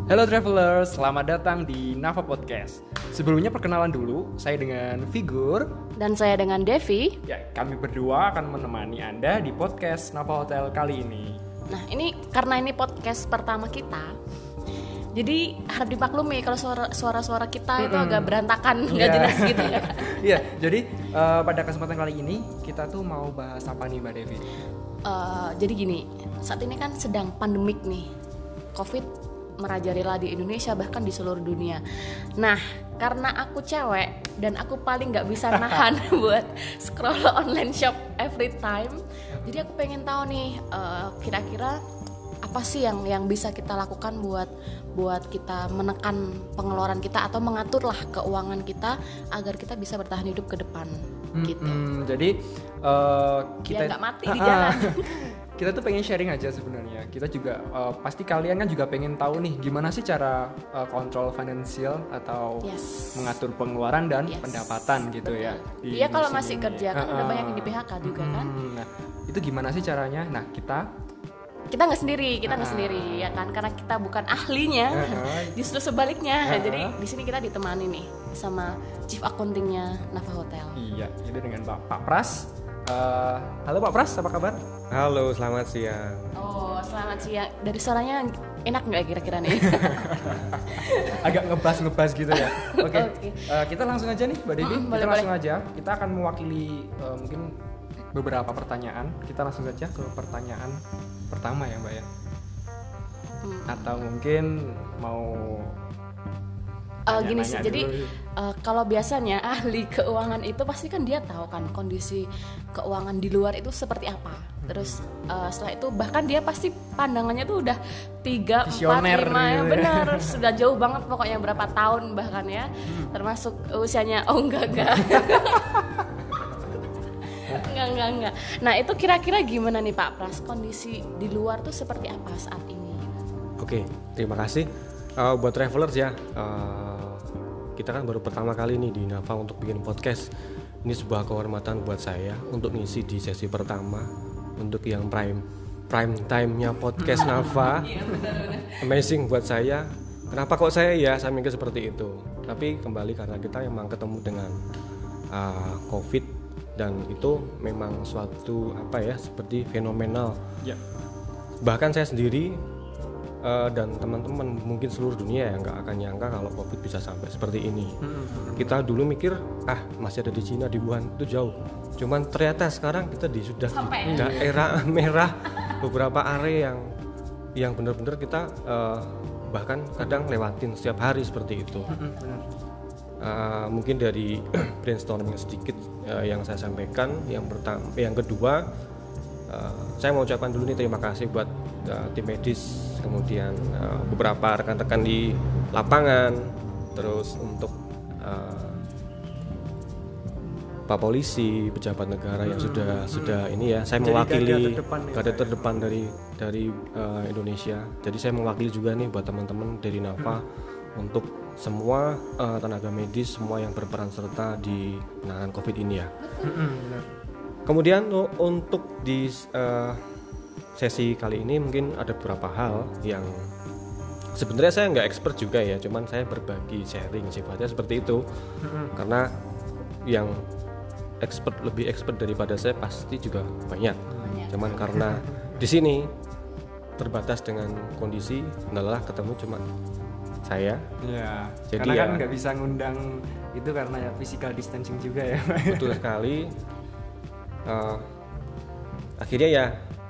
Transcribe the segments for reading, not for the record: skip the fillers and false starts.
Halo travelers, selamat datang di Nava Podcast. Sebelumnya perkenalan dulu, saya dengan Figur. Dan saya dengan Devi. Ya, kami berdua akan menemani Anda di podcast Nava Hotel kali ini. Nah, karena ini podcast pertama kita, jadi harap dimaklumi kalau suara-suara kita itu agak berantakan, nggak jelas gitu ya. Iya, jadi pada kesempatan kali ini kita tuh mau bahas apa nih Mbak Devi? Jadi gini, saat ini kan sedang pandemik nih, COVID merajalela di Indonesia bahkan di seluruh dunia. Nah, karena aku cewek dan aku paling nggak bisa nahan buat scroll online shop every time, jadi aku pengen tahu nih kira-kira apa sih yang bisa kita lakukan buat kita menekan pengeluaran kita atau mengaturlah keuangan kita agar kita bisa bertahan hidup ke depan gitu. Jadi kita nggak mati di jalan. Kita tuh pengen sharing aja sebenarnya. Kita juga pasti kalian kan juga pengen tahu nih gimana sih cara kontrol finansial atau mengatur pengeluaran dan pendapatan gitu. Betul. Ya. Iya, kalau masih kerja kan udah banyak yang di PHK juga kan. Nah, itu gimana sih caranya? Nah, kita nggak sendiri ya kan, karena kita bukan ahlinya. Justru sebaliknya. Jadi di sini kita ditemani nih sama Chief Accounting-nya Nava Hotel. Iya, itu dengan Pak Pras. Halo Pak Pras, apa kabar? Halo, selamat siang. Oh, selamat siang. Dari suaranya enak nggak kira-kira nih? Agak ngebas gitu ya. Oke. Kita langsung aja nih Mbak Devi. Kita langsung aja. Kita akan mewakili mungkin beberapa pertanyaan. Kita langsung saja ke pertanyaan pertama ya Mbak ya. Atau mungkin mau gini sih, jadi kalau biasanya ahli keuangan itu pasti kan dia tahu kan kondisi keuangan di luar itu seperti apa. Terus setelah itu bahkan dia pasti pandangannya tuh udah 3, 4, 5 ya benar, sudah jauh banget pokoknya berapa tahun bahkan ya, termasuk usianya. Enggak. Enggak. Nah, itu kira-kira gimana nih Pak Pras, kondisi di luar tuh seperti apa saat ini? Oke, terima kasih buat travelers ya. Kita kan baru pertama kali nih di Nava untuk bikin podcast. Ini sebuah kehormatan buat saya untuk ngisi di sesi pertama untuk yang prime time-nya podcast Nava. Amazing buat saya. Kenapa kok saya mikir seperti itu. Tapi kembali karena kita emang ketemu dengan COVID dan itu memang suatu seperti fenomenal. Bahkan saya sendiri dan teman-teman mungkin seluruh dunia yang nggak akan nyangka kalau COVID bisa sampai seperti ini. Kita dulu mikir masih ada di Cina, di Wuhan, itu jauh. Cuman ternyata sekarang kita sudah di daerah merah, beberapa area yang benar-benar kita bahkan kadang lewatin setiap hari seperti itu. Mungkin dari brainstorming sedikit yang saya sampaikan. Yang kedua, saya mau ucapkan dulu nih terima kasih buat tim medis, kemudian beberapa rekan-rekan di lapangan, terus untuk Pak Polisi, pejabat negara yang sudah ini ya, saya mewakili garda terdepan dari Indonesia. Jadi saya mewakili juga nih buat teman-teman dari Nava untuk semua tenaga medis, semua yang berperan serta di penanganan COVID ini ya. Kemudian untuk di sesi kali ini mungkin ada beberapa hal yang sebenarnya saya nggak expert juga ya, cuman saya berbagi sharing sifatnya seperti itu. Karena yang lebih expert daripada saya pasti juga banyak. Cuman karena di sini terbatas dengan kondisi adalah ketemu cuma saya. Ya. Jadi karena kan nggak bisa ngundang itu karena physical distancing juga ya. Betul sekali. Akhirnya ya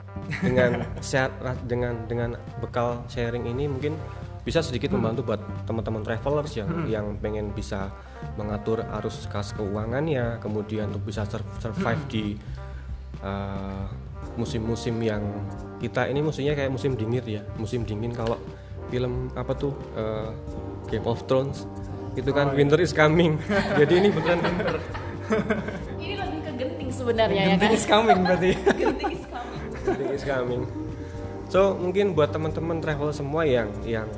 dengan bekal sharing ini mungkin bisa sedikit membantu buat teman-teman travelers yang pengen bisa mengatur arus kas keuangannya, kemudian untuk bisa survive di musim-musim yang kita ini musimnya kayak musim dingin kalau film Game of Thrones itu kan winter is coming. Jadi ini beneran winter. Ini lebih ke genting sebenarnya ya kan. Genting is coming berarti. Genting is coming. Genting is coming. So mungkin buat teman-teman travel semua yang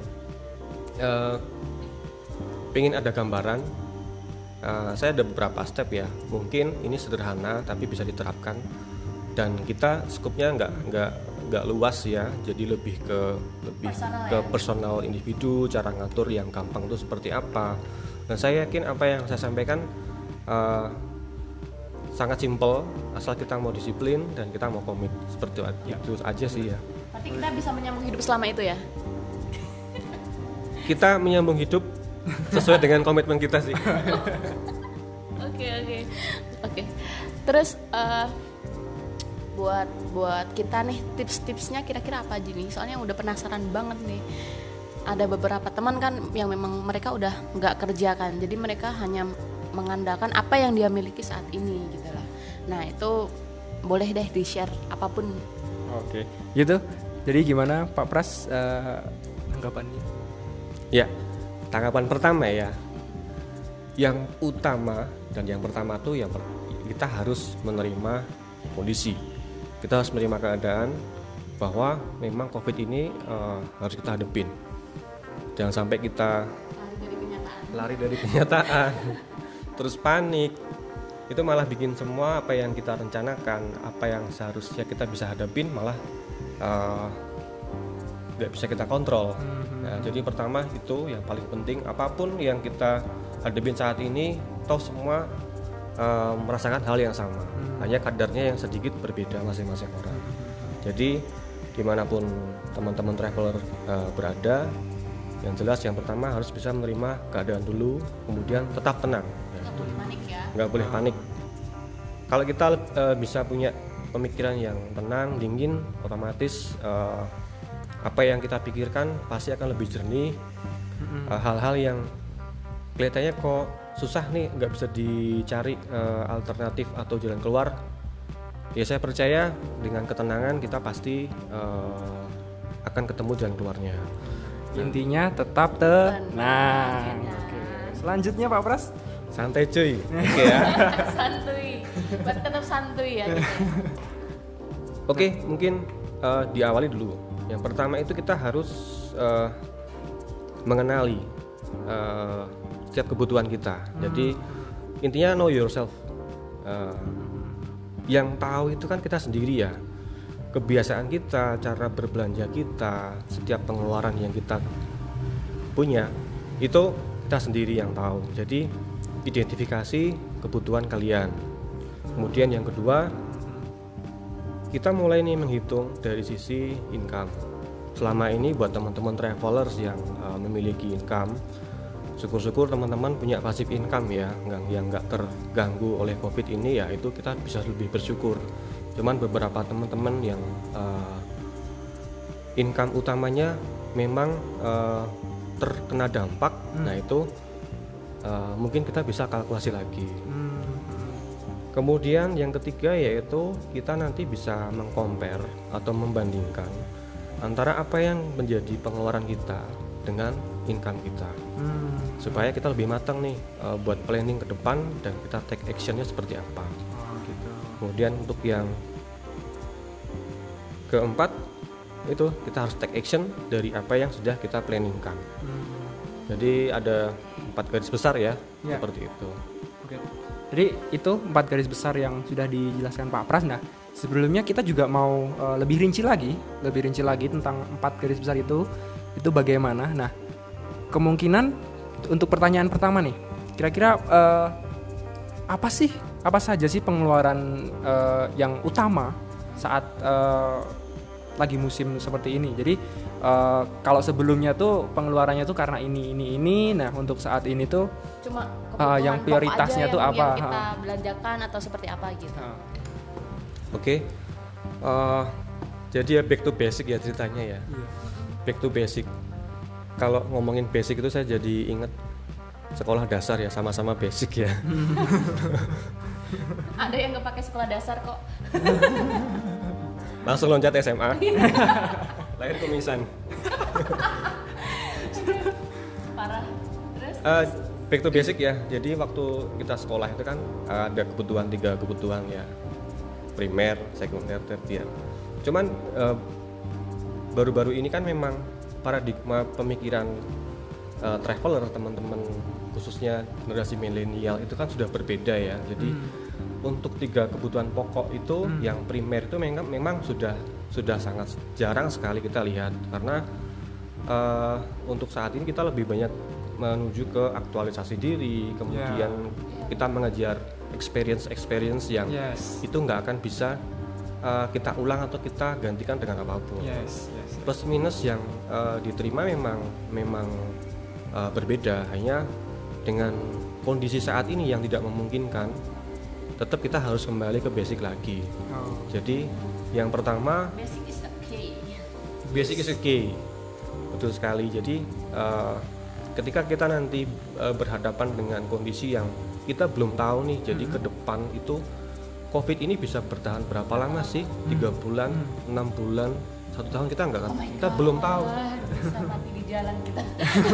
pengen ada gambaran, saya ada beberapa step ya. Mungkin ini sederhana tapi bisa diterapkan dan kita skupnya nggak nggak luas ya, jadi lebih ke personal individu, cara ngatur yang gampang itu seperti apa. Dan saya yakin apa yang saya sampaikan sangat simpel, asal kita mau disiplin dan kita mau komit, seperti itu aja sih ya. Berarti kita bisa menyambung hidup selama itu ya? Kita menyambung hidup sesuai dengan komitmen kita sih. Oke. Terus buat kita nih tips-tipsnya kira-kira apa aja nih? Soalnya udah penasaran banget nih. Ada beberapa teman kan yang memang mereka udah nggak kerja kan, jadi mereka hanya mengandalkan apa yang dia miliki saat ini gitu lah. Nah itu boleh deh di-share apapun. Oke. Gitu. Jadi gimana Pak Pras tanggapannya? Ya, tanggapan pertama ya. Yang utama dan yang pertama tuh kita harus menerima kondisi. Kita harus menerima keadaan bahwa memang COVID ini harus kita hadapin. Jangan sampai kita lari dari kenyataan, terus panik. Itu malah bikin semua apa yang kita rencanakan, apa yang seharusnya kita bisa hadapin malah nggak bisa kita kontrol. Nah, jadi pertama itu yang paling penting, apapun yang kita hadapin saat ini, toh semua merasakan hal yang sama, hanya kadarnya yang sedikit berbeda masing-masing orang. Jadi dimanapun teman-teman traveler berada, yang jelas yang pertama harus bisa menerima keadaan dulu, kemudian tetap tenang. Nggak boleh panik ya? Nggak boleh panik. Kalau kita bisa punya pemikiran yang tenang, dingin, otomatis apa yang kita pikirkan pasti akan lebih jernih. Hal-hal yang kelihatannya kok susah nih, nggak bisa dicari alternatif atau jalan keluar, ya saya percaya dengan ketenangan kita pasti akan ketemu jalan keluarnya. Intinya tetap tenang. Oke. Selanjutnya Pak Pras, santai cuy. Oke ya. Santuy. Buat tetap santuy ya gitu. Oke, mungkin diawali dulu. Yang pertama itu kita harus mengenali setiap kebutuhan kita. Jadi intinya know yourself. Yang tahu itu kan kita sendiri ya. Kebiasaan kita, cara berbelanja kita, setiap pengeluaran yang kita punya itu kita sendiri yang tahu. Jadi identifikasi kebutuhan kalian. Kemudian yang kedua, kita mulai nih menghitung dari sisi income. Selama ini buat teman-teman travelers yang memiliki income, syukur-syukur teman-teman punya passive income ya, yang nggak terganggu oleh COVID ini ya, itu kita bisa lebih bersyukur. Cuman beberapa teman-teman yang income utamanya memang terkena dampak, nah itu mungkin kita bisa kalkulasi lagi. Kemudian yang ketiga yaitu kita nanti bisa mengcompare atau membandingkan antara apa yang menjadi pengeluaran kita dengan income kita, supaya kita lebih matang nih buat planning ke depan dan kita take actionnya seperti apa. gitu. Kemudian untuk yang keempat itu kita harus take action dari apa yang sudah kita planningkan. Jadi ada 4 garis besar ya, seperti itu. Oke. Jadi itu 4 garis besar yang sudah dijelaskan Pak Pras. Nah, sebelumnya kita juga mau lebih rinci lagi tentang 4 garis besar itu bagaimana. Nah, kemungkinan untuk pertanyaan pertama nih, kira-kira apa saja sih pengeluaran yang utama saat lagi musim seperti ini. Jadi kalau sebelumnya tuh pengeluarannya tuh karena ini. Nah, untuk saat ini tuh cuma yang prioritasnya tuh apa? Yang kita belanjakan atau seperti apa gitu. Oke. Jadi ya back to basic ya ceritanya ya. Back to basic. Kalau ngomongin basic itu saya jadi inget sekolah dasar ya, sama-sama basic ya. Ada yang nggak pakai sekolah dasar kok. Langsung loncat SMA. Lahir kumisan. Parah. Terus? Back to basic ya. Jadi waktu kita sekolah itu kan ada kebutuhan 3 kebutuhan ya. Primer, sekunder, tersier. Cuman baru-baru ini kan memang paradigma pemikiran traveler teman-teman khususnya generasi milenial itu kan sudah berbeda ya. Jadi untuk 3 kebutuhan pokok itu yang primer itu memang sudah sudah sangat jarang sekali kita lihat, karena untuk saat ini kita lebih banyak menuju ke aktualisasi diri, kemudian kita mengejar experience yang itu nggak akan bisa kita ulang atau kita gantikan dengan apapun. Plus minus yang diterima memang berbeda, hanya dengan kondisi saat ini yang tidak memungkinkan, tetap kita harus kembali ke basic lagi. Jadi yang pertama, basic is a key. Betul sekali. Jadi ketika kita nanti berhadapan dengan kondisi yang kita belum tahu nih, jadi ke depan itu COVID ini bisa bertahan berapa lama sih? 3 bulan, 6 bulan, 1 tahun, kita enggak kan? Kita belum tahu. Bisa mati di jalan kita.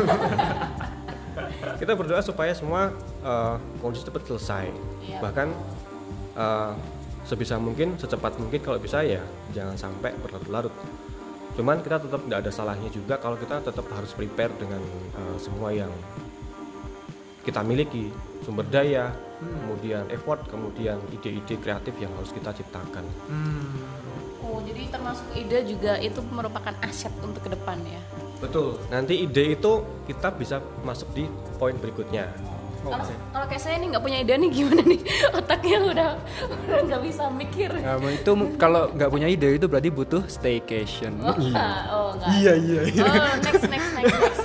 Kita berdoa supaya semua kondisi cepat selesai. Bahkan sebisa mungkin, secepat mungkin, kalau bisa ya jangan sampai berlarut-larut. Cuman kita tetap tidak ada salahnya juga kalau kita tetap harus prepare dengan semua yang kita miliki, sumber daya, kemudian effort, kemudian ide-ide kreatif yang harus kita ciptakan. Oh, jadi termasuk ide juga itu merupakan aset untuk ke depan ya? Betul. Nanti ide itu kita bisa masuk di poin berikutnya. Kalau kayak saya nih nggak punya ide nih, gimana nih? Otaknya udah nggak bisa mikir. Itu kalau nggak punya ide itu berarti butuh staycation. Nggak. Iya. Next.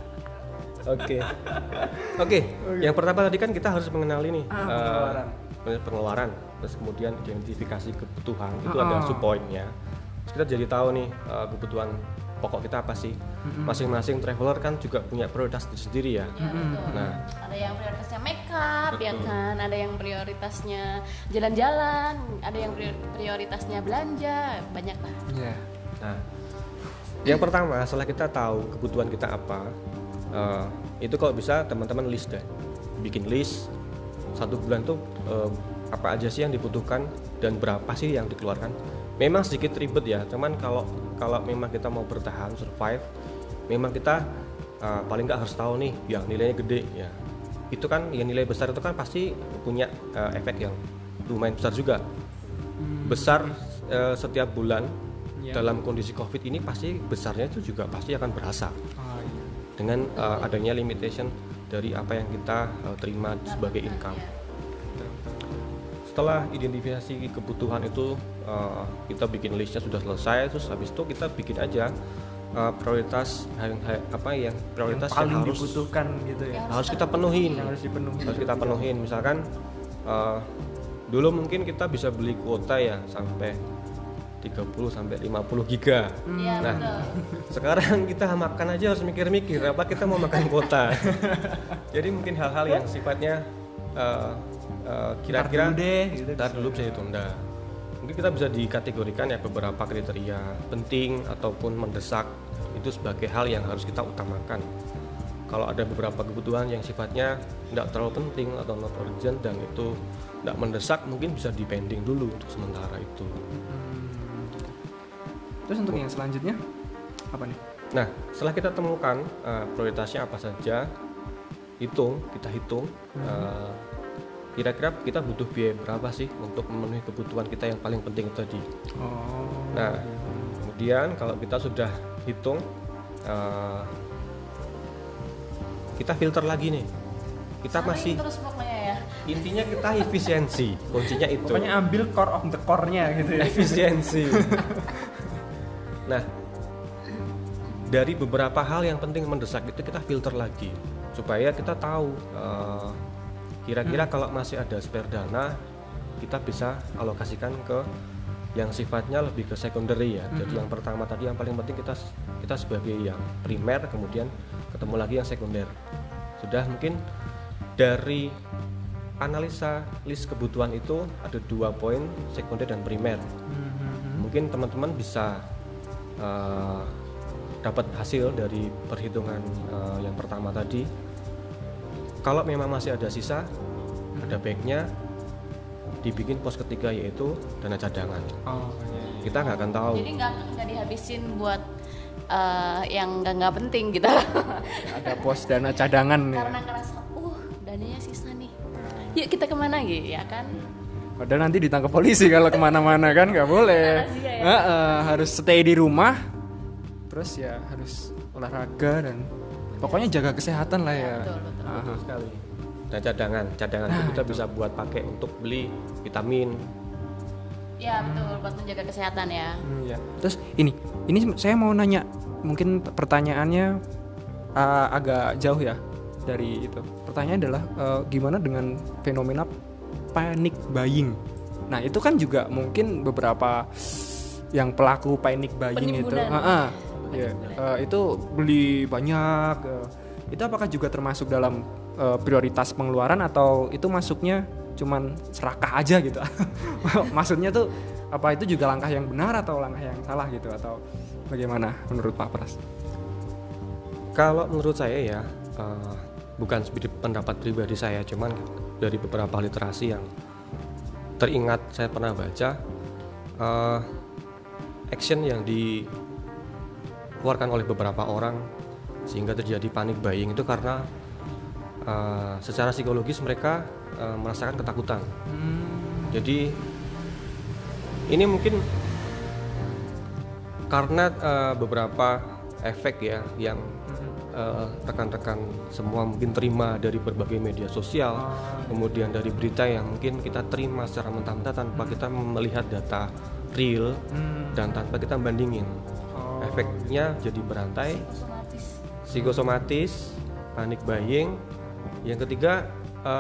Oke. Yang pertama tadi kan kita harus mengenali nih pengeluaran, terus kemudian identifikasi kebutuhan, itu ada subpointnya. Terus kita jadi tahu nih kebutuhan pokok kita apa sih. Masing-masing traveler kan juga punya prioritas sendiri ya. Nah, ada yang prioritasnya makeup, ya kan, ada yang prioritasnya jalan-jalan, ada yang prioritasnya belanja, banyak lah. Nah, yang pertama setelah kita tahu kebutuhan kita apa, itu kalau bisa teman-teman list deh, bikin list 1 bulan tuh apa aja sih yang dibutuhkan dan berapa sih yang dikeluarkan. Memang sedikit ribet ya, cuman kalau memang kita mau bertahan survive, memang kita paling nggak harus tahu nih yang nilainya gede ya. Itu kan yang nilai besar itu kan pasti punya efek yang lumayan besar juga. Besar setiap bulan dalam kondisi COVID ini pasti besarnya itu juga pasti akan berasa. Dengan adanya limitation dari apa yang kita terima sebagai income. Setelah identifikasi kebutuhan itu kita bikin listnya sudah selesai, terus habis itu kita bikin aja prioritas yang prioritas yang paling harus dibutuhkan gitu ya. Harus kita penuhin. Harus kita penuhin. Misalkan dulu mungkin kita bisa beli kuota ya sampai 30 sampai 50 giga. Nah, sekarang kita makan aja harus mikir-mikir apa kita mau makan kuota. Jadi mungkin hal-hal yang sifatnya kira-kira ntar dulu bisa ditunda. Mungkin kita bisa dikategorikan ya beberapa kriteria penting ataupun mendesak, itu sebagai hal yang harus kita utamakan. Kalau ada beberapa kebutuhan yang sifatnya tidak terlalu penting atau not urgent dan itu tidak mendesak, mungkin bisa dipending dulu untuk sementara itu. Terus untuk yang selanjutnya apa nih? Nah, setelah kita temukan prioritasnya apa saja, kita hitung kira-kira kita butuh biaya berapa sih untuk memenuhi kebutuhan kita yang paling penting tadi. Nah, kemudian kalau kita sudah hitung, kita filter lagi nih. Kita masih terus pokoknya ya. Intinya kita efisiensi, kuncinya itu. Pokoknya ambil core of the core-nya gitu ya. Efisiensi. Nah, dari beberapa hal yang penting mendesak itu kita filter lagi supaya kita tahu kira-kira kalau masih ada spare dana, kita bisa alokasikan ke yang sifatnya lebih ke secondary ya. Jadi yang pertama tadi yang paling penting kita sebagai yang primer, kemudian ketemu lagi yang sekunder. Sudah, mungkin dari analisa list kebutuhan itu ada 2 poin, sekunder dan primer. Mungkin teman-teman bisa dapat hasil dari perhitungan yang pertama tadi. Kalau memang masih ada sisa, ada baiknya dibikin pos ketiga, yaitu dana cadangan. Kita nggak akan tahu. Jadi nggak dihabisin buat yang nggak penting gitu. Ada pos dana cadangan. Karena ngerasa, dananya sisa nih. Yuk kita kemana gitu ya kan? Padahal nanti ditangkap polisi kalau kemana-mana kan nggak boleh. Harus stay di rumah. Terus ya harus olahraga dan pokoknya jaga kesehatan lah ya. Betul sekali. Dan cadangan itu kita bisa buat pakai untuk beli vitamin. Ya betul, buat menjaga kesehatan ya. Ya. Terus ini saya mau nanya, mungkin pertanyaannya agak jauh ya dari itu. Pertanyaannya adalah gimana dengan fenomena panic buying? Nah itu kan juga mungkin beberapa yang pelaku panic buying itu, itu beli banyak. Itu apakah juga termasuk dalam prioritas pengeluaran atau itu masuknya cuman serakah aja gitu? Maksudnya tuh apa itu juga langkah yang benar atau langkah yang salah gitu, atau bagaimana menurut Pak Pras? Kalau menurut saya ya, bukan pendapat pribadi saya, cuman dari beberapa literasi yang teringat saya pernah baca, action yang dikeluarkan oleh beberapa orang sehingga terjadi panic buying itu karena secara psikologis mereka merasakan ketakutan. Jadi ini mungkin karena beberapa efek ya yang rekan-rekan semua mungkin terima dari berbagai media sosial, kemudian dari berita yang mungkin kita terima secara mentah-mentah tanpa kita melihat data real dan tanpa kita bandingin. Efeknya jadi berantai, psikosomatis, panic buying. Yang ketiga,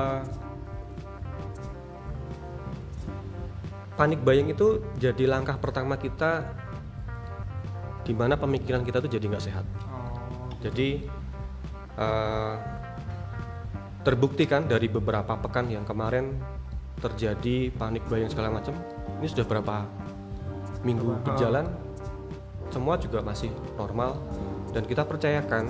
panic buying itu jadi langkah pertama kita di mana pemikiran kita tuh jadi nggak sehat. Jadi terbukti kan dari beberapa pekan yang kemarin terjadi panic buying segala macam. Ini sudah berapa minggu berjalan, semua juga masih normal dan kita percayakan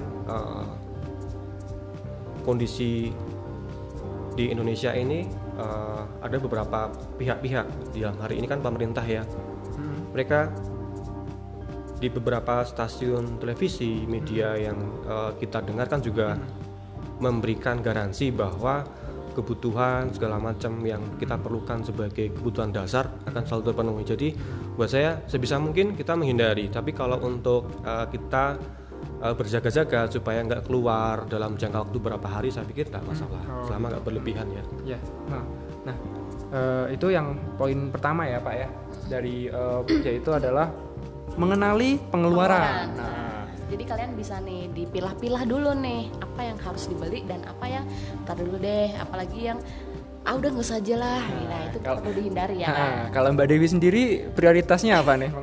kondisi di Indonesia ini ada beberapa pihak-pihak. Di dalam hari ini kan pemerintah ya, mereka di beberapa stasiun televisi, media yang kita dengarkan juga memberikan garansi bahwa kebutuhan segala macam yang kita perlukan sebagai kebutuhan dasar akan selalu terpenuhi. Jadi buat saya sebisa mungkin kita menghindari. Tapi kalau untuk kita berjaga-jaga supaya nggak keluar dalam jangka waktu berapa hari, saya pikir nggak masalah selama nggak berlebihan ya. Ya. Nah, itu yang poin pertama ya Pak ya, dari yaitu adalah mengenali pengeluaran. Nah, jadi kalian bisa nih dipilah-pilah dulu nih apa yang harus dibeli dan apa yang tar dulu deh, apalagi yang udah nggak usah aja lah. Nah itu perlu dihindari ya. Kalau Mbak Dewi sendiri prioritasnya apa nih?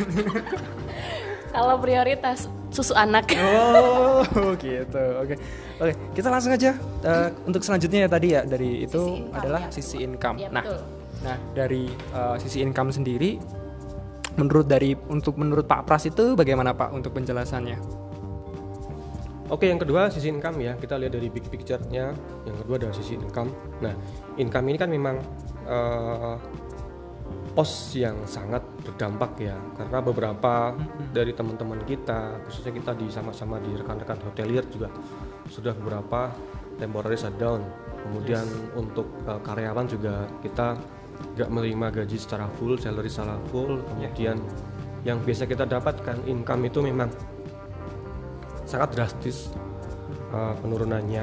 Kalau prioritas susu anak. Oh gitu. Oke, kita langsung aja untuk selanjutnya ya tadi ya, dari itu sisi adalah ya. Sisi income. Ya, nah dari sisi income sendiri, menurut Pak Pras itu bagaimana Pak untuk penjelasannya? Oke, yang kedua sisi income ya, kita lihat dari big picture-nya. Yang kedua dari sisi income. Nah, income ini kan memang pos yang sangat berdampak ya, karena beberapa dari teman-teman kita, khususnya kita sama-sama di rekan-rekan hotelier juga sudah beberapa temporary shutdown. Kemudian untuk karyawan juga kita nggak menerima gaji secara full, salary secara full. Kemudian yang biasa kita dapatkan income itu memang sangat drastis penurunannya.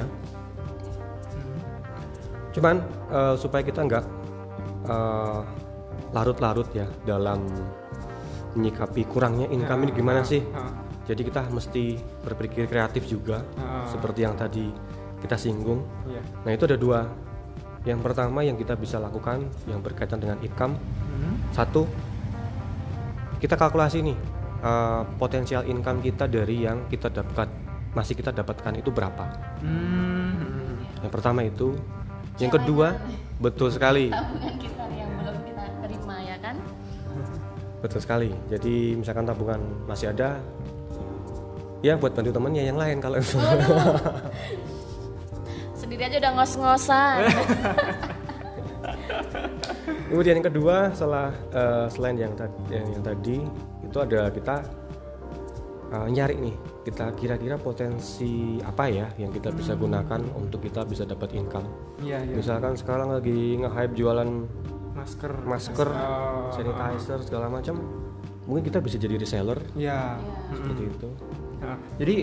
Cuman supaya kita nggak larut-larut ya dalam menyikapi kurangnya income ini gimana sih? Jadi kita mesti berpikir kreatif juga, seperti yang tadi kita singgung. Nah itu ada dua. Yang pertama yang kita bisa lakukan yang berkaitan dengan income, satu, kita kalkulasi nih potensial income kita dari yang kita masih kita dapatkan itu berapa. Yang pertama itu. Yang kedua, betul sekali. Tabungan kita yang belum kita terima ya kan? Betul sekali. Jadi misalkan tabungan masih ada, ya buat bantu temennya yang lain kalau itu. Sendiri aja udah ngos-ngosan. Kemudian yang kedua, selain yang tadi itu ada kita nyari nih, kita kira-kira potensi apa ya yang kita bisa gunakan untuk kita bisa dapat income. Misalkan sekarang lagi nge-hype jualan masker, sanitizer segala macam, mungkin kita bisa jadi reseller. Ya. Seperti itu. Nah, jadi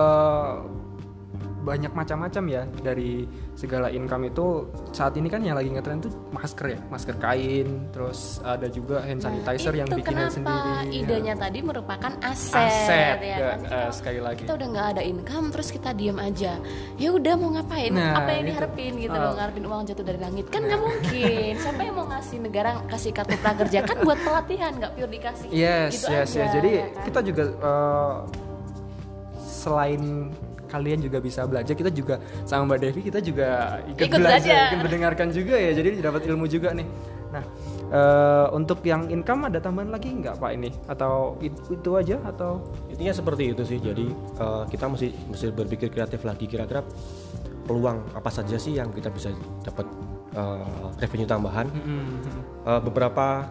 banyak macam-macam ya dari segala income itu. Saat ini kan yang lagi ngetren tuh masker ya, masker kain, terus ada juga hand sanitizer yang bikinnya sendiri. Kenapa idenya tadi merupakan aset ya kan? Sekali lagi kita udah nggak ada income terus kita diem aja, ya udah mau ngapain, apa yang diharapin gitu loh, ngarepin uang jatuh dari langit kan nggak mungkin. Siapa yang mau ngasih, negara kasih kartu prakerja kan buat pelatihan, nggak pure dikasih gitu aja, jadi ya kan? kita juga selain kalian juga bisa belajar, kita juga sama Mbak Devi kita juga ikut belajar, ikut mendengarkan juga ya, jadi dapat ilmu juga nih. Nah, untuk yang income ada tambahan lagi nggak Pak ini, atau itu aja, atau intinya seperti itu sih. Jadi kita mesti berpikir kreatif lagi, kira-kira peluang apa saja sih yang kita bisa dapat revenue tambahan. Beberapa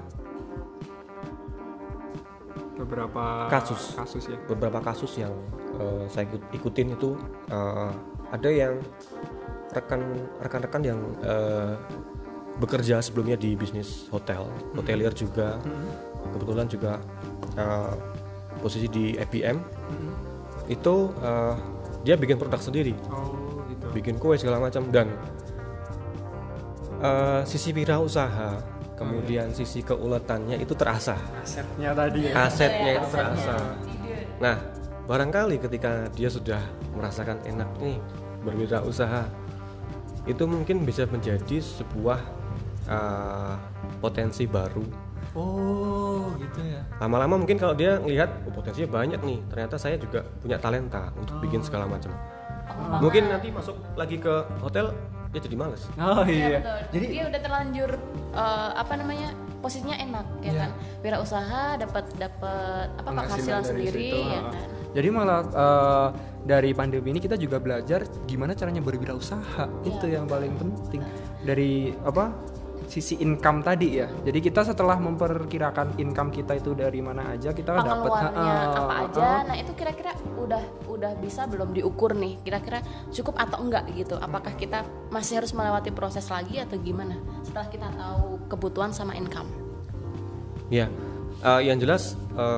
kasus yang saya ikutin itu ada yang rekan-rekan yang bekerja sebelumnya di bisnis hotelier juga, kebetulan juga posisi di IBM, itu dia bikin produk sendiri, bikin kue segala macam, dan sisi wirausaha, kemudian sisi keuletannya itu terasa, asetnya itu terasa. Nah, barangkali ketika dia sudah merasakan enak nih berwirausaha, itu mungkin bisa menjadi sebuah potensi baru. Oh gitu ya. Lama-lama mungkin kalau dia ngelihat potensinya banyak nih, ternyata saya juga punya talenta untuk bikin segala macam. Mungkin nanti masuk lagi ke hotel dia jadi males. Oh iya. Jadi dia udah terlanjur posisinya enak ya kan. Wirausaha dapat penghasilan sendiri ya kan. Jadi malah dari pandemi ini kita juga belajar gimana caranya berwirausaha. Itu yang paling penting dari sisi income tadi ya. Jadi kita setelah memperkirakan income kita itu dari mana aja, kita dapat apa aja. Nah, itu kira-kira udah bisa belum diukur nih? Kira-kira cukup atau enggak gitu? Apakah kita masih harus melewati proses lagi atau gimana? Setelah kita tahu kebutuhan sama income. Ya, yang jelas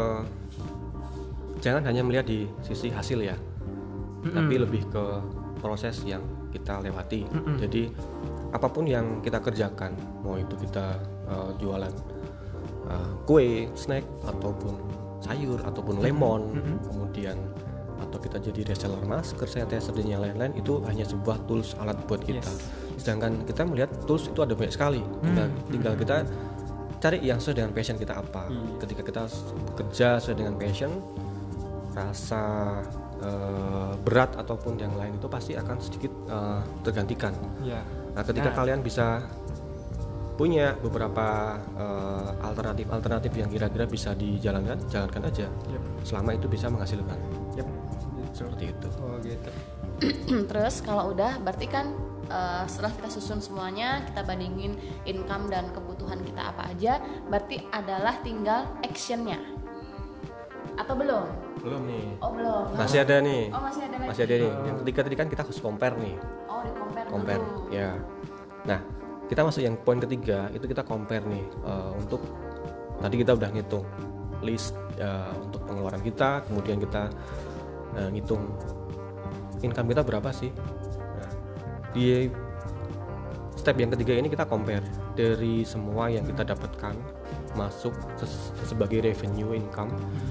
jangan hanya melihat di sisi hasil ya, tapi lebih ke proses yang kita lewati. Jadi apapun yang kita kerjakan, mau itu kita jualan kue, snack, ataupun sayur, ataupun lemon, kemudian atau kita jadi reseller masker, sanitizer dan yang lain-lain, itu hanya sebuah tools, alat buat kita. Sedangkan kita melihat tools itu ada banyak sekali, tinggal kita cari yang sesuai dengan passion kita apa. Ketika kita bekerja sesuai dengan passion, rasa berat ataupun yang lain itu pasti akan sedikit tergantikan. Nah, ketika kalian bisa punya beberapa alternatif yang kira-kira bisa jalankan aja. Selama itu bisa menghasilkan. Seperti itu. Oh gitu. Terus kalau udah berarti kan setelah kita susun semuanya, kita bandingin income dan kebutuhan kita apa aja, berarti adalah tinggal actionnya. Atau belum? Belum nih. Oh belum. Masih ada nih. Oh masih ada lagi. Masih ada nih. Yang ketiga tadi kan kita harus compare nih. Oh di compare. Ya. Nah, kita masuk yang poin ketiga, itu kita compare nih untuk tadi kita udah ngitung list untuk pengeluaran kita, kemudian kita ngitung income kita berapa sih. Nah, di step yang ketiga ini kita compare dari semua yang kita dapatkan masuk sebagai revenue income,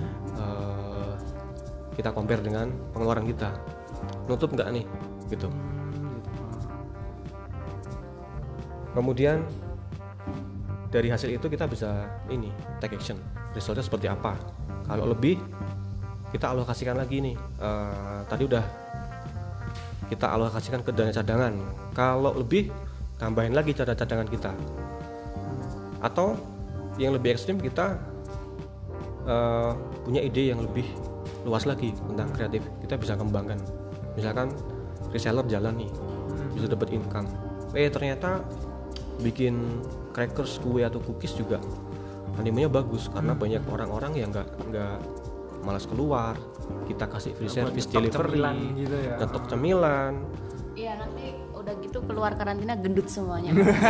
kita compare dengan pengeluaran kita, nutup nggak nih gitu. Kemudian dari hasil itu kita bisa take action, resultnya seperti apa. Kalau lebih kita alokasikan lagi nih, tadi udah kita alokasikan ke dana cadangan. Kalau lebih tambahin lagi cadangan kita. Atau yang lebih ekstrim kita punya ide yang lebih luas lagi tentang kreatif, kita bisa kembangkan. Misalkan reseller jalan nih, bisa dapat income. Ternyata bikin crackers, kue atau cookies juga animenya bagus karena banyak orang-orang yang nggak malas keluar, kita kasih free service delivery, gitu ya. ngetok cemilan. Iya, nanti udah gitu keluar karantina gendut semuanya.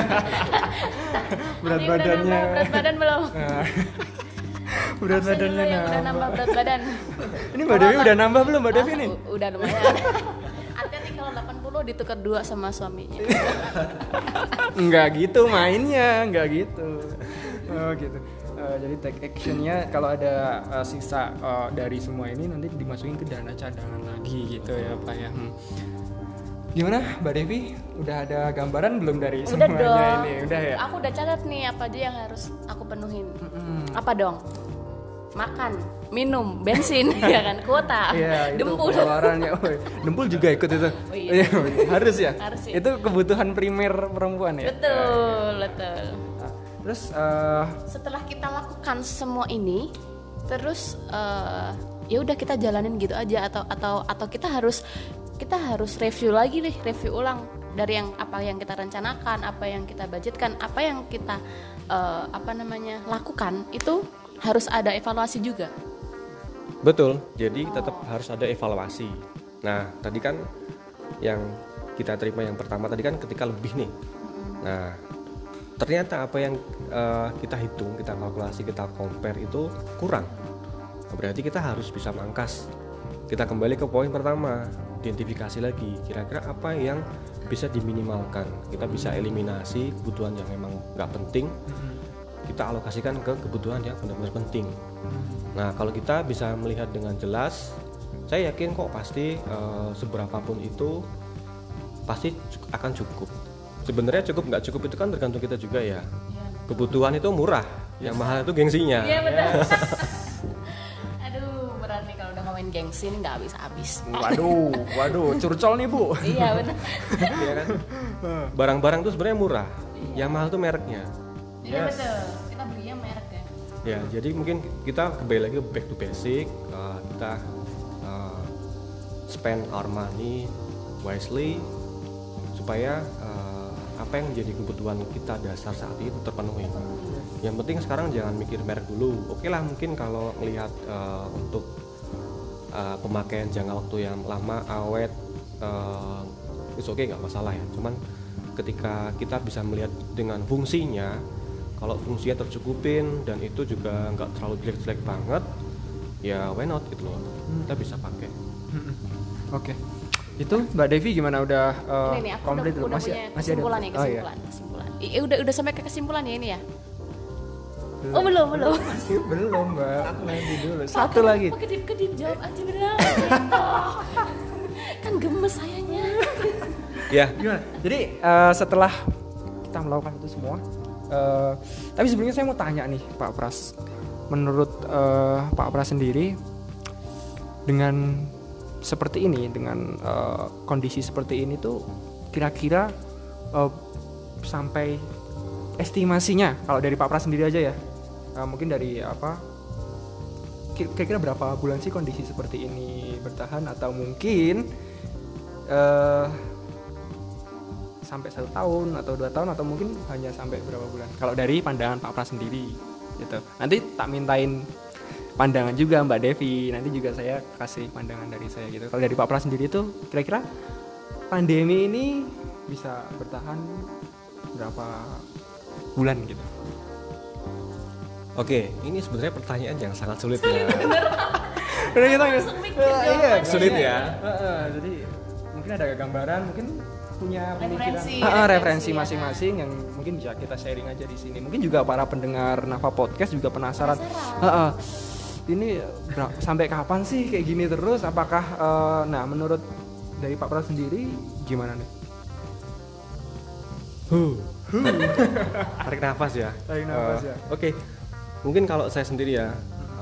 Berat badannya. Berat badan belum? Berat badannya yang udah nambah berat badan. Ini Mbak Devi udah nambah belum Mbak Devi nih? Udah lumayan. Hati-hati kalau 80 ditukar 2 sama suaminya. Enggak gitu mainnya, enggak gitu. Oh gitu. Jadi take actionnya kalau ada sisa dari semua ini nanti dimasukin ke dana cadangan lagi gitu ya Pak ya. Gimana Mbak Devi? Udah ada gambaran belum dari Udah semuanya dong. ini? Udah ya? Aku udah catat nih apa aja yang harus aku penuhin. Apa dong? Makan, minum, bensin, ya kan, kuota, Iya, dempul. Pengeluarannya, dempul juga ikut itu. Oh, iya. Harus ya? Harus ya. Itu kebutuhan primer perempuan ya? Betul. Terus Setelah kita lakukan semua ini, terus ya udah kita jalanin gitu aja atau kita harus review lagi nih, review ulang dari apa yang kita rencanakan, apa yang kita budgetkan, apa yang kita lakukan itu harus ada evaluasi juga. Betul, jadi tetap harus ada evaluasi. Nah, tadi kan yang kita terima yang pertama tadi kan ketika lebih nih. Nah, ternyata apa yang kita hitung, kita kalkulasi, kita compare itu kurang. Berarti kita harus bisa mangkas. Kita kembali ke poin pertama, identifikasi lagi. Kira-kira apa yang bisa diminimalkan. Kita bisa eliminasi kebutuhan yang memang nggak penting. Kita alokasikan ke kebutuhan yang benar-benar penting. Nah, kalau kita bisa melihat dengan jelas, saya yakin kok pasti seberapapun itu pasti akan cukup. Sebenarnya cukup nggak cukup itu kan tergantung kita juga ya. Kebutuhan itu murah, yang mahal itu gengsinya. Iya benar. Aduh, berat nih kalau udah ngomongin gengsi ini nggak habis. Waduh, curcol nih Bu. Iya benar. Iya kan? Barang-barang itu sebenarnya murah, yang mahal itu mereknya. Iya betul. Kita belinya merek ya. Ya, jadi mungkin kita kembali lagi back to basic. Kita spend our money wisely supaya apa yang menjadi kebutuhan kita dasar saat itu terpenuhi. Yang penting sekarang jangan mikir merek dulu. Oke lah, mungkin kalau melihat untuk pemakaian jangka waktu yang lama, awet, it's okay, nggak masalah ya. Cuman ketika kita bisa melihat dengan fungsinya, kalau fungsinya tercukupin dan itu juga nggak terlalu jelek-jelek banget, ya why not gitu loh, kita bisa pakai. Oke. Itu Mbak Devi gimana, udah Ini nih, aku komplit udah belum? punya kesimpulan nih, kesimpulan. Udah sampai ke kesimpulan ya ini ya? Oh belum. Belum Mbak, aku nanti dulu. Satu lagi. Kedip jawab aja beneran. Kan gemes sayanya. Ya. Gimana? Jadi setelah kita melakukan itu semua, tapi sebelumnya saya mau tanya nih Pak Pras, menurut Pak Pras sendiri dengan seperti ini, dengan kondisi seperti ini tuh kira-kira sampai estimasinya kalau dari Pak Pras sendiri aja ya, mungkin dari apa, kira-kira berapa bulan sih kondisi seperti ini bertahan, atau mungkin sampai 1 tahun atau 2 tahun, atau mungkin hanya sampai berapa bulan kalau dari pandangan Pak Pras sendiri gitu. Nanti tak mintain pandangan juga Mbak Devi, nanti juga saya kasih pandangan dari saya gitu. Kalau dari Pak Pras sendiri itu kira-kira pandemi ini bisa bertahan berapa bulan gitu? Oke, ini sebenarnya pertanyaan yang sangat sulit ya. Udah kita iya, sulit ya. Jadi mungkin ada gambaran, mungkin punya Referensi, referensi masing-masing yang mungkin bisa kita sharing aja di sini. Mungkin juga para pendengar Nafa Podcast juga penasaran. Ini sampai kapan sih kayak gini terus? Apakah nah menurut dari Pak Pras sendiri gimana nih? Tarik nafas ya. Ya. Oke. Mungkin kalau saya sendiri ya,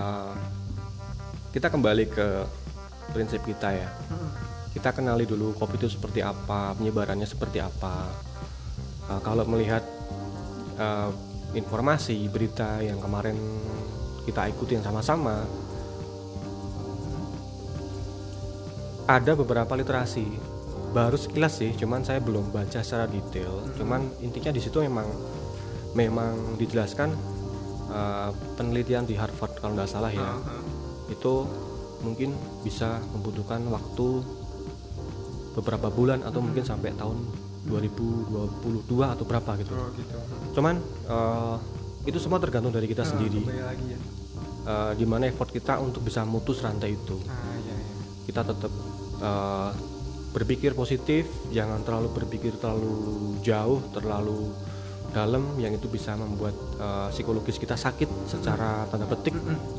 kita kembali ke prinsip kita ya. Kita kenali dulu COVID itu seperti apa, penyebarannya seperti apa. Kalau melihat informasi, berita yang kemarin kita ikutin sama-sama, ada beberapa literasi. Baru sekilas sih, cuman saya belum baca secara detail. Cuman intinya di situ memang dijelaskan penelitian di Harvard kalau nggak salah ya. Itu mungkin bisa membutuhkan waktu beberapa bulan atau mungkin sampai tahun 2022 atau berapa gitu. Oh gitu. Cuman itu semua tergantung dari kita sendiri. Lagi ya. Di mana effort kita untuk bisa mutus rantai itu. Iya. Kita tetap berpikir positif, jangan terlalu berpikir terlalu jauh, terlalu dalam yang itu bisa membuat psikologis kita sakit secara tanda petik.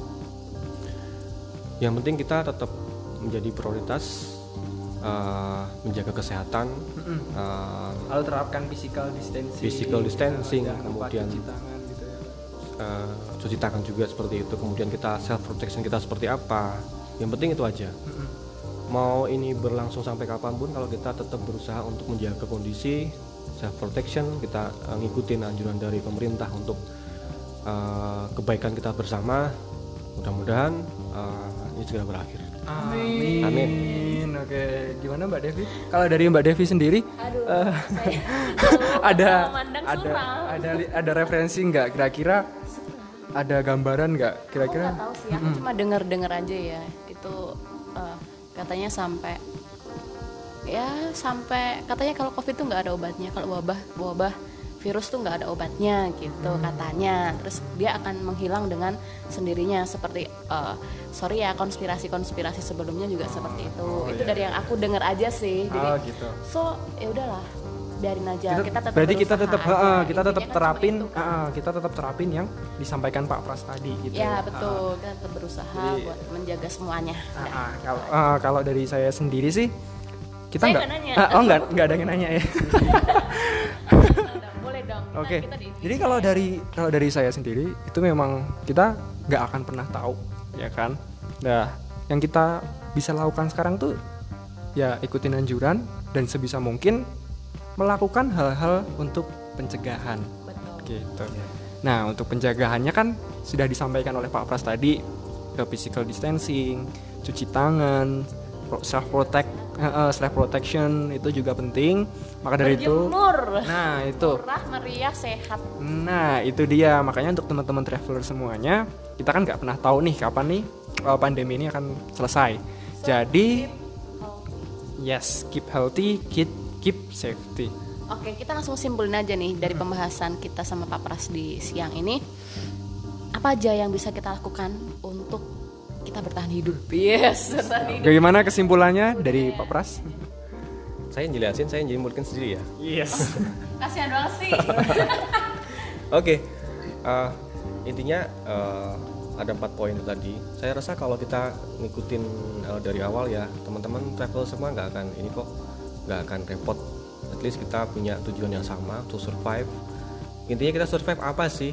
Yang penting kita tetap menjadi prioritas, menjaga kesehatan, lalu terapkan physical distancing, kemudian cuci tangan gitu ya. Cuci tangan juga seperti itu, kemudian kita self protection kita seperti apa, yang penting itu aja. Mau ini berlangsung sampai kapanpun, kalau kita tetap berusaha untuk menjaga kondisi self protection, kita ngikutin anjuran dari pemerintah untuk kebaikan kita bersama, mudah-mudahan ini segera berakhir. Amin. Oke, gimana Mbak Devi? Kalau dari Mbak Devi sendiri, ada referensi nggak? Kira-kira ada gambaran nggak? Kira-kira? Aku nggak tahu sih, aku cuma dengar aja ya. Itu katanya sampai katanya kalau COVID tuh nggak ada obatnya. Kalau wabah virus tuh nggak ada obatnya gitu katanya. Terus dia akan menghilang dengan sendirinya, seperti sorry ya, konspirasi sebelumnya juga seperti itu. Itu dari yang aku dengar aja sih. Jadi Gitu. so ya udahlah, biarin aja. Berarti kita tetap kita tetap terapin yang disampaikan Pak Pras tadi gitu. Ya betul, kita tetap berusaha buat menjaga semuanya. Kalau dari saya sendiri sih, kita saya nggak ada yang nanya ya. Boleh dong. Oke. Jadi kalau dari saya sendiri itu memang kita nggak akan pernah tahu, ya kan. Nah, yang kita bisa lakukan sekarang tuh ya ikutin anjuran dan sebisa mungkin melakukan hal-hal untuk pencegahan. Betul. Gitu. Nah, untuk pencegahannya kan sudah disampaikan oleh Pak Pras tadi, physical distancing, cuci tangan, self protection itu juga penting. Maka dari berjemur. Nah itu murah, meriah, sehat. Nah itu dia, makanya untuk teman-teman traveler semuanya, kita kan nggak pernah tahu nih kapan nih pandemi ini akan selesai. Jadi keep healthy, keep safety. Oke, kita langsung simpulin aja nih dari pembahasan kita sama Pak Pras di siang ini. Apa aja yang bisa kita lakukan untuk kita bertahan hidup? Bertahan hidup. Bagaimana kesimpulannya dari Pak Pras? Saya jelasin, saya nyimpulkan sendiri ya. Yes. Kasihan banget sih. Oke. Intinya ada 4 poin tadi. Saya rasa kalau kita ngikutin dari awal ya, teman-teman travel semua nggak akan repot. At least kita punya tujuan yang sama, to survive. Intinya kita survive apa sih?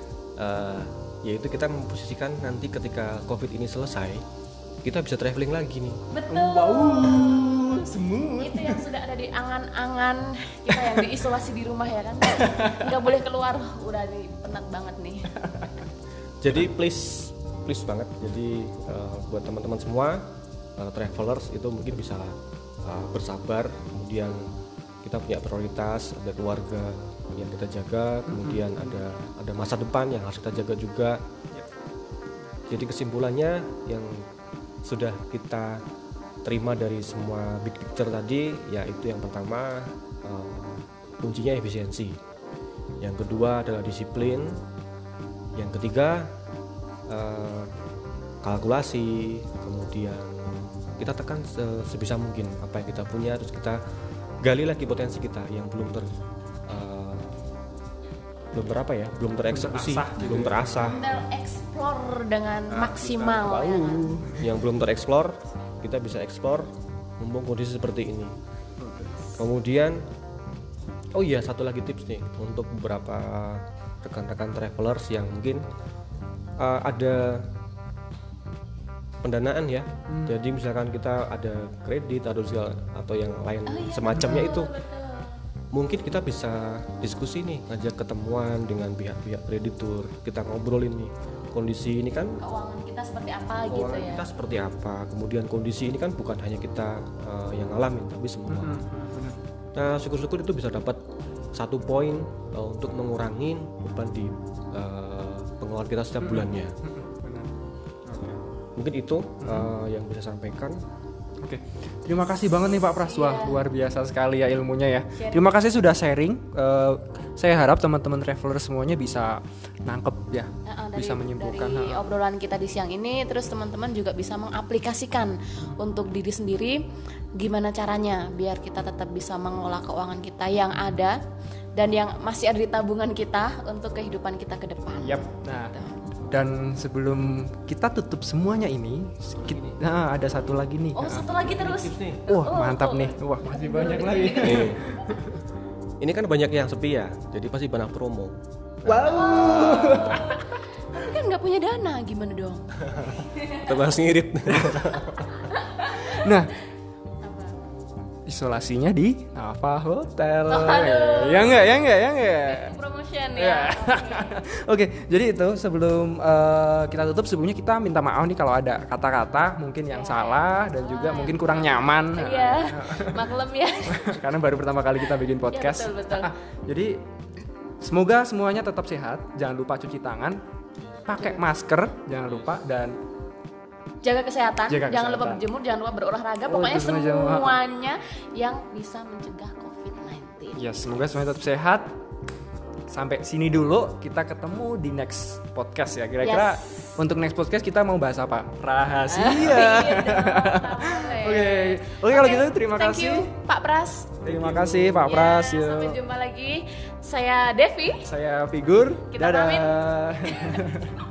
Yaitu kita memposisikan nanti ketika COVID ini selesai, kita bisa traveling lagi nih. Betul. Wow, semut. Itu yang sudah ada di angan-angan kita yang diisolasi di rumah ya kan. Nggak boleh keluar, udah penat banget nih. Jadi please banget. Jadi buat teman-teman semua travelers itu mungkin bisa bersabar. Kemudian kita punya prioritas, ada keluarga yang kita jaga, kemudian ada masa depan yang harus kita jaga juga. Jadi kesimpulannya yang sudah kita terima dari semua big picture tadi, yaitu yang pertama kuncinya efisiensi, yang kedua adalah disiplin, yang ketiga kalkulasi, kemudian kita tekan sebisa mungkin apa yang kita punya, terus kita gali lagi potensi kita yang belum tereksekusi, belum terasah, Explore dengan maksimal ya kan? Yang belum tereksplor kita bisa eksplor mumpung kondisi seperti ini. Kemudian satu lagi tips nih untuk beberapa rekan-rekan travelers yang mungkin ada pendanaan ya. Jadi misalkan kita ada kredit atau yang lain semacamnya itu. Mungkin kita bisa diskusi nih, ngajak ketemuan dengan pihak-pihak kreditur, kita ngobrolin nih kondisi ini kan keuangan kita seperti apa gitu ya. Kita seperti apa, kemudian kondisi ini kan bukan hanya kita yang ngalamin tapi semua. Nah syukur-syukur itu bisa dapat 1 poin untuk mengurangi beban di pengeluaran kita setiap bulannya. Mungkin itu yang bisa sampaikan. Oke. Terima kasih banget nih Pak Pras. Wah, luar biasa sekali ya ilmunya ya. Terima kasih sudah sharing. Saya harap teman-teman traveler semuanya bisa nangkep ya, bisa menyimpulkan dari obrolan kita di siang ini. Terus teman-teman juga bisa mengaplikasikan untuk diri sendiri gimana caranya biar kita tetap bisa mengelola keuangan kita yang ada dan yang masih ada di tabungan kita untuk kehidupan kita ke depan. Yap. Nah, dan sebelum kita tutup semuanya ini, ada satu lagi nih. Satu lagi terus. Wah, mantap nih. Wah, masih banyak lagi. Ini kan banyak yang sepi ya, jadi pasti banyak promo. Wow. Tapi kan nggak punya dana, gimana dong? Kita bahas ngirit. Nah, isolasinya di Nava Hotel. Ya enggak. Promotion ya. Oke, jadi itu sebelum kita tutup, sebelumnya kita minta maaf nih kalau ada kata-kata mungkin yang salah dan juga mungkin kurang nyaman. Iya, maklum ya. Karena baru pertama kali kita bikin podcast. Ya, betul. Jadi semoga semuanya tetap sehat. Jangan lupa cuci tangan, pakai masker, jangan lupa, dan jaga kesehatan. Jangan lupa berjemur, jangan lupa berolahraga. Pokoknya semuanya yang bisa mencegah COVID-19. Ya, semoga semuanya tetap sehat. Sampai sini dulu, kita ketemu di next podcast ya. Kira-kira untuk next podcast kita mau bahas apa? Rahasia. Oke, kalau gitu terima kasih. Thank you Pak Pras. Terima kasih Pak Pras. Sampai jumpa lagi. Saya Devi. Saya Figur. Kita pamit.